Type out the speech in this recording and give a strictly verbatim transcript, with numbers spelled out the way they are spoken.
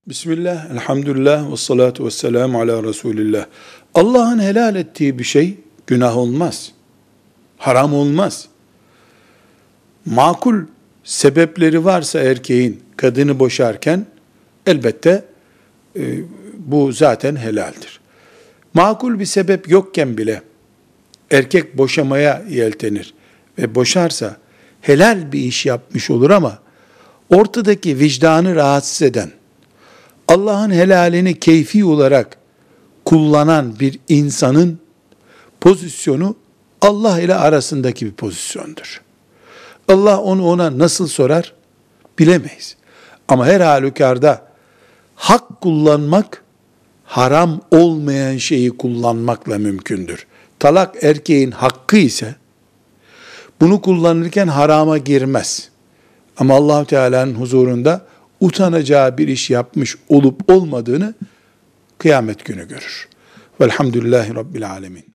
Bismillah, elhamdülillah, ve salatu ve selamu ala Resulillah. Allah'ın helal ettiği bir şey günah olmaz. Haram olmaz. Makul sebepleri varsa erkeğin kadını boşarken elbette e, bu zaten helaldir. Makul bir sebep yokken bile erkek boşamaya yeltenir ve boşarsa helal bir iş yapmış olur ama ortadaki vicdanı rahatsız eden, Allah'ın helalini keyfi olarak kullanan bir insanın pozisyonu Allah ile arasındaki bir pozisyondur. Allah onu ona nasıl sorar bilemeyiz. Ama her halükarda hak kullanmak, haram olmayan şeyi kullanmakla mümkündür. Talak erkeğin hakkı ise, bunu kullanırken harama girmez. Ama Allah Teala'nın huzurunda utanacağı bir iş yapmış olup olmadığını kıyamet günü görür. Velhamdülillahi Rabbil Alemin.